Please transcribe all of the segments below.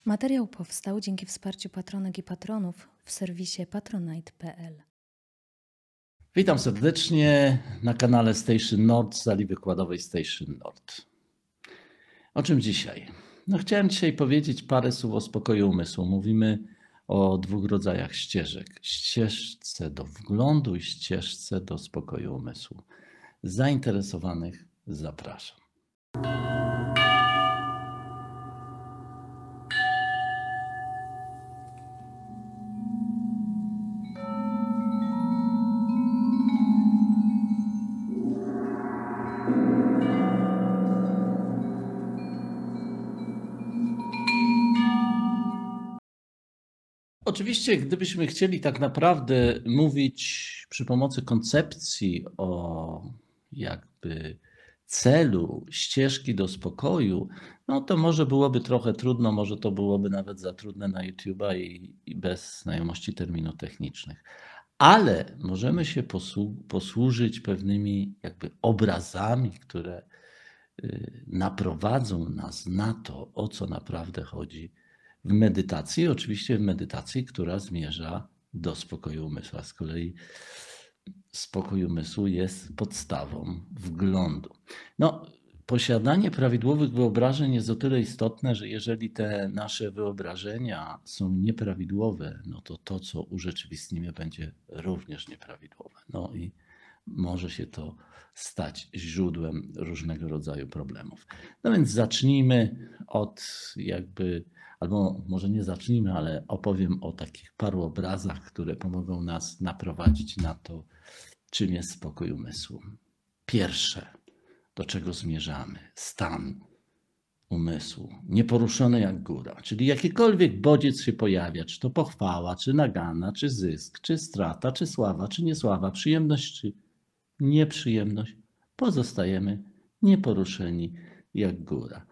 Materiał powstał dzięki wsparciu patronek i patronów w serwisie patronite.pl. Witam serdecznie na kanale Station Nord, sali wykładowej Station Nord. O czym dzisiaj? Chciałem dzisiaj powiedzieć parę słów o spokoju umysłu. Mówimy o dwóch rodzajach ścieżek. Ścieżce do wglądu i ścieżce do spokoju umysłu. Zainteresowanych zapraszam. Oczywiście, gdybyśmy chcieli tak naprawdę mówić przy pomocy koncepcji o jakby celu ścieżki do spokoju, to może byłoby trochę trudno, może to byłoby nawet za trudne na YouTube'a i bez znajomości terminów technicznych. Ale możemy się posłużyć pewnymi jakby obrazami, które naprowadzą nas na to, o co naprawdę chodzi w medytacji, oczywiście w medytacji, która zmierza do spokoju umysłu. A z kolei spokój umysłu jest podstawą wglądu. Posiadanie prawidłowych wyobrażeń jest o tyle istotne, że jeżeli te nasze wyobrażenia są nieprawidłowe, to co urzeczywistnimy, będzie również nieprawidłowe. I może się to stać źródłem różnego rodzaju problemów. Więc zacznijmy od albo może nie zacznijmy, ale opowiem o takich paru obrazach, które pomogą nas naprowadzić na to, czym jest spokój umysłu. Pierwsze, do czego zmierzamy, stan umysłu, nieporuszony jak góra, czyli jakikolwiek bodziec się pojawia, czy to pochwała, czy nagana, czy zysk, czy strata, czy sława, czy niesława, przyjemność, czy nieprzyjemność, pozostajemy nieporuszeni jak góra.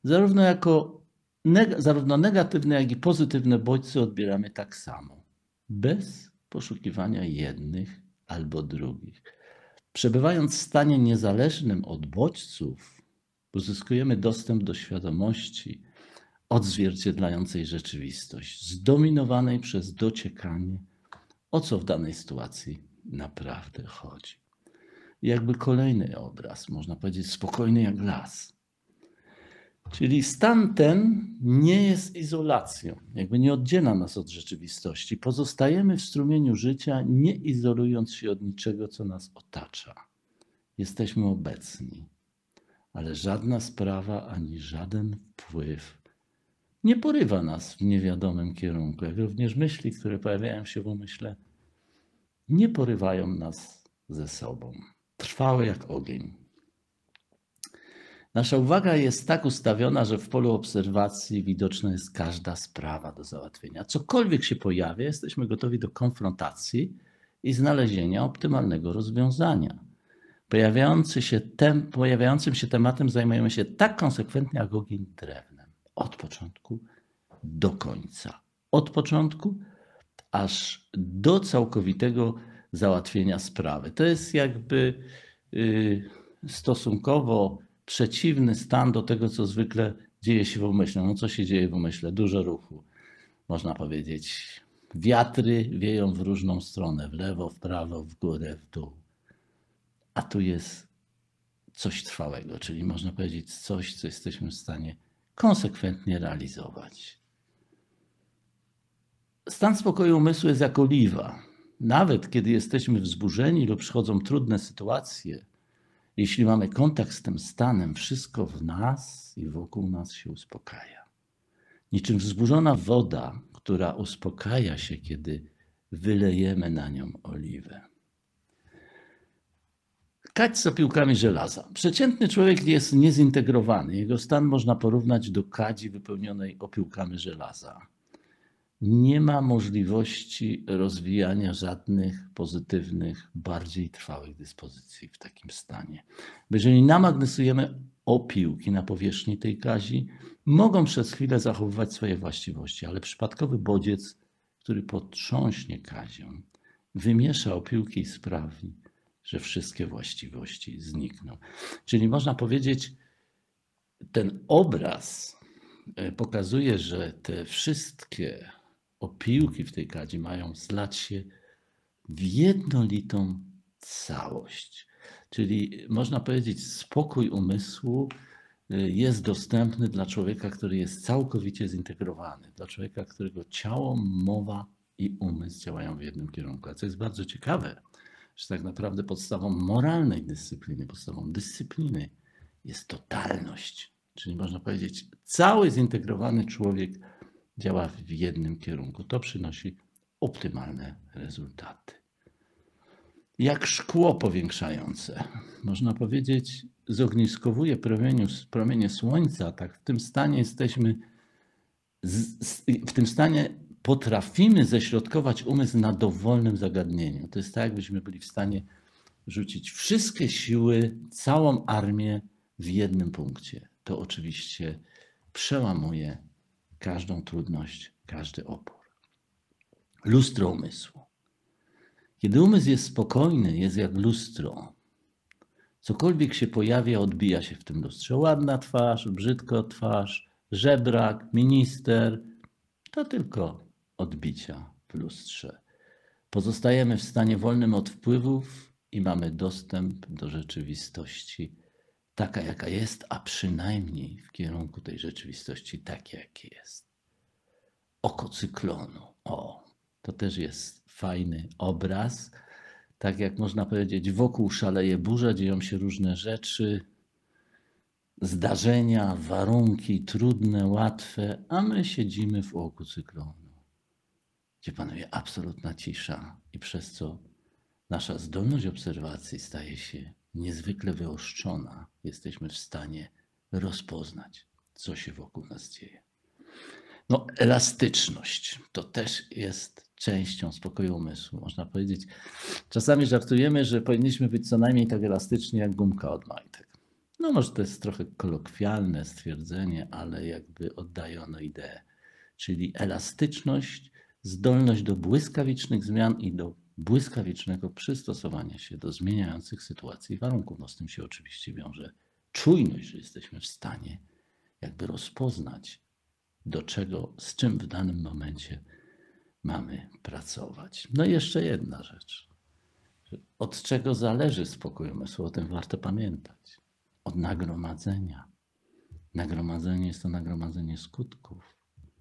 Zarówno negatywne, jak i pozytywne bodźce odbieramy tak samo, bez poszukiwania jednych albo drugich. Przebywając w stanie niezależnym od bodźców, uzyskujemy dostęp do świadomości odzwierciedlającej rzeczywistość, zdominowanej przez dociekanie, o co w danej sytuacji naprawdę chodzi. Kolejny obraz, można powiedzieć, spokojny jak las. Czyli stan ten nie jest izolacją, nie oddziela nas od rzeczywistości. Pozostajemy w strumieniu życia, nie izolując się od niczego, co nas otacza. Jesteśmy obecni, ale żadna sprawa ani żaden wpływ nie porywa nas w niewiadomym kierunku, jak również myśli, które pojawiają się w umyśle, nie porywają nas ze sobą. Trwałe jak ogień. Nasza uwaga jest tak ustawiona, że w polu obserwacji widoczna jest każda sprawa do załatwienia. Cokolwiek się pojawia, jesteśmy gotowi do konfrontacji i znalezienia optymalnego rozwiązania. Pojawiającym się tematem zajmujemy się tak konsekwentnie jak ogień drewnem. Od początku do końca. Od początku aż do całkowitego załatwienia sprawy. To jest stosunkowo przeciwny stan do tego, co zwykle dzieje się w umyśle. Co się dzieje w umyśle? Dużo ruchu, można powiedzieć. Wiatry wieją w różną stronę, w lewo, w prawo, w górę, w dół. A tu jest coś trwałego, czyli można powiedzieć coś, co jesteśmy w stanie konsekwentnie realizować. Stan spokoju umysłu jest jak oliwa. Nawet kiedy jesteśmy wzburzeni lub przychodzą trudne sytuacje, jeśli mamy kontakt z tym stanem, wszystko w nas i wokół nas się uspokaja. Niczym wzburzona woda, która uspokaja się, kiedy wylejemy na nią oliwę. Kać z opiłkami żelaza. Przeciętny człowiek jest niezintegrowany. Jego stan można porównać do kadzi wypełnionej opiłkami żelaza. Nie ma możliwości rozwijania żadnych pozytywnych, bardziej trwałych dyspozycji w takim stanie. Bo jeżeli namagnesujemy opiłki na powierzchni tej kazi, mogą przez chwilę zachowywać swoje właściwości, ale przypadkowy bodziec, który potrząśnie kazią, wymiesza opiłki i sprawi, że wszystkie właściwości znikną. Czyli można powiedzieć, ten obraz pokazuje, że te wszystkie opiłki w tej kadzi mają zlać się w jednolitą całość. Czyli można powiedzieć, spokój umysłu jest dostępny dla człowieka, który jest całkowicie zintegrowany, dla człowieka, którego ciało, mowa i umysł działają w jednym kierunku. A co jest bardzo ciekawe, że tak naprawdę podstawą moralnej dyscypliny, podstawą dyscypliny jest totalność. Czyli można powiedzieć, cały zintegrowany człowiek działa w jednym kierunku. To przynosi optymalne rezultaty. Jak szkło powiększające, można powiedzieć, zogniskowuje promienie słońca, tak w tym stanie jesteśmy, w tym stanie potrafimy ześrodkować umysł na dowolnym zagadnieniu. To jest tak, jakbyśmy byli w stanie rzucić wszystkie siły, całą armię w jednym punkcie. To oczywiście przełamuje każdą trudność, każdy opór. Lustro umysłu. Kiedy umysł jest spokojny, jest jak lustro. Cokolwiek się pojawia, odbija się w tym lustrze. Ładna twarz, brzydko twarz, żebrak, minister. To tylko odbicia w lustrze. Pozostajemy w stanie wolnym od wpływów i mamy dostęp do rzeczywistości taka, jaka jest, a przynajmniej w kierunku tej rzeczywistości takie, jakie jest. Oko cyklonu. O, to też jest fajny obraz. Tak jak można powiedzieć, wokół szaleje burza, dzieją się różne rzeczy, zdarzenia, warunki trudne, łatwe, a my siedzimy w oku cyklonu, gdzie panuje absolutna cisza i przez co nasza zdolność obserwacji staje się niezwykle wyostrzona. Jesteśmy w stanie rozpoznać, co się wokół nas dzieje. No, elastyczność to też jest częścią spokoju umysłu. Można powiedzieć, czasami żartujemy, że powinniśmy być co najmniej tak elastyczni jak gumka od majtek. No może to jest trochę kolokwialne stwierdzenie, ale jakby oddaje ono ideę. Czyli elastyczność, zdolność do błyskawicznych zmian i do błyskawicznego przystosowania się do zmieniających sytuacji i warunków. No z tym się oczywiście wiąże czujność, że jesteśmy w stanie jakby rozpoznać, do czego, z czym w danym momencie mamy pracować. No i jeszcze jedna rzecz. Od czego zależy spokój umysłu? O tym warto pamiętać. Od nagromadzenia. Nagromadzenie jest to nagromadzenie skutków.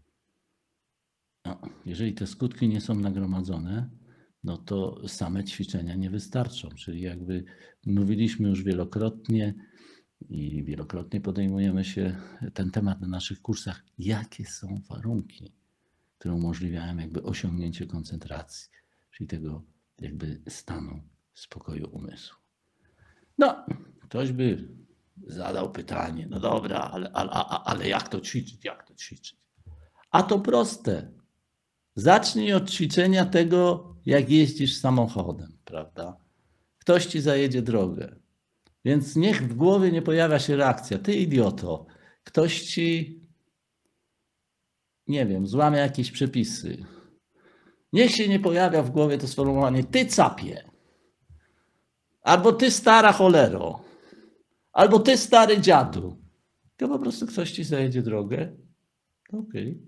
No, jeżeli te skutki nie są nagromadzone, no to same ćwiczenia nie wystarczą. Czyli jakby mówiliśmy już wielokrotnie i wielokrotnie podejmujemy się ten temat na naszych kursach, jakie są warunki, które umożliwiają jakby osiągnięcie koncentracji, czyli tego jakby stanu spokoju umysłu. No, ktoś by zadał pytanie, no dobra, ale jak to ćwiczyć, jak to ćwiczyć? A to proste. Zacznij od ćwiczenia tego, jak jeździsz samochodem, prawda? Ktoś ci zajedzie drogę, więc niech w głowie nie pojawia się reakcja, ty idioto, ktoś ci, nie wiem, złamie jakieś przepisy. Niech się nie pojawia w głowie to sformułowanie, ty capie, albo ty stara cholero, albo ty stary dziadu. To po prostu ktoś ci zajedzie drogę, okej.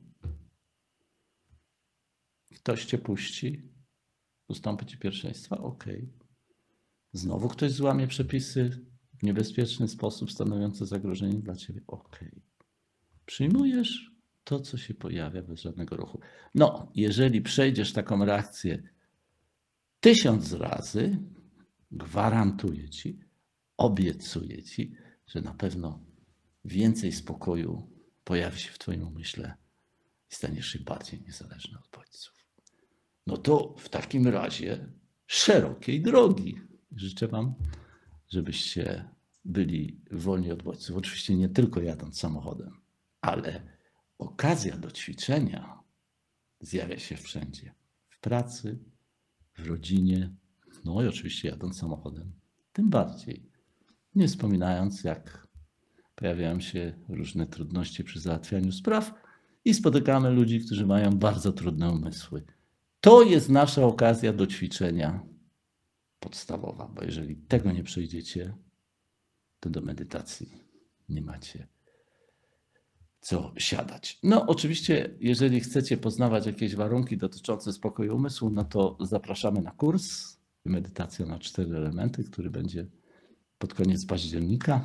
Ktoś cię puści, ustąpi ci pierwszeństwa, okej. Znowu ktoś złamie przepisy w niebezpieczny sposób stanowiący zagrożenie dla ciebie, okej. Przyjmujesz to, co się pojawia bez żadnego ruchu. No, jeżeli przejdziesz taką reakcję 1000 razy, gwarantuję ci, obiecuję ci, że na pewno więcej spokoju pojawi się w twoim umyśle i staniesz się bardziej niezależny od bodźców. No to w takim razie szerokiej drogi. Życzę wam, żebyście byli wolni od bodźców. Oczywiście nie tylko jadąc samochodem, ale okazja do ćwiczenia zjawia się wszędzie. W pracy, w rodzinie, no i oczywiście jadąc samochodem. Tym bardziej. Nie wspominając, jak pojawiają się różne trudności przy załatwianiu spraw i spotykamy ludzi, którzy mają bardzo trudne umysły. To jest nasza okazja do ćwiczenia podstawowa, bo jeżeli tego nie przejdziecie, to do medytacji nie macie co siadać. No, oczywiście, jeżeli chcecie poznawać jakieś warunki dotyczące spokoju umysłu, no to zapraszamy na kurs Medytacja na 4 elementy, który będzie pod koniec października.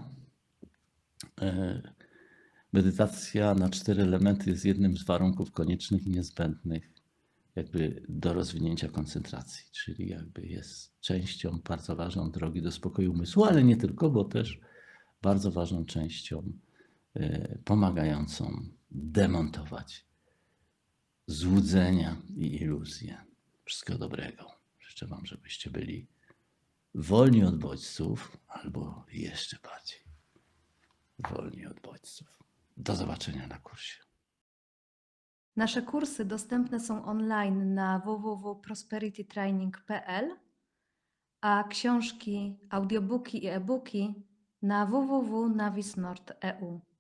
Medytacja na 4 elementy jest jednym z warunków koniecznych i niezbędnych jakby do rozwinięcia koncentracji, czyli jakby jest częścią bardzo ważną drogi do spokoju umysłu, ale nie tylko, bo też bardzo ważną częścią pomagającą demontować złudzenia i iluzje. Wszystkiego dobrego. Życzę Wam, żebyście byli wolni od bodźców, albo jeszcze bardziej wolni od bodźców. Do zobaczenia na kursie. Nasze kursy dostępne są online na www.prosperitytraining.pl, a książki, audiobooki i e-booki na www.navisnord.eu.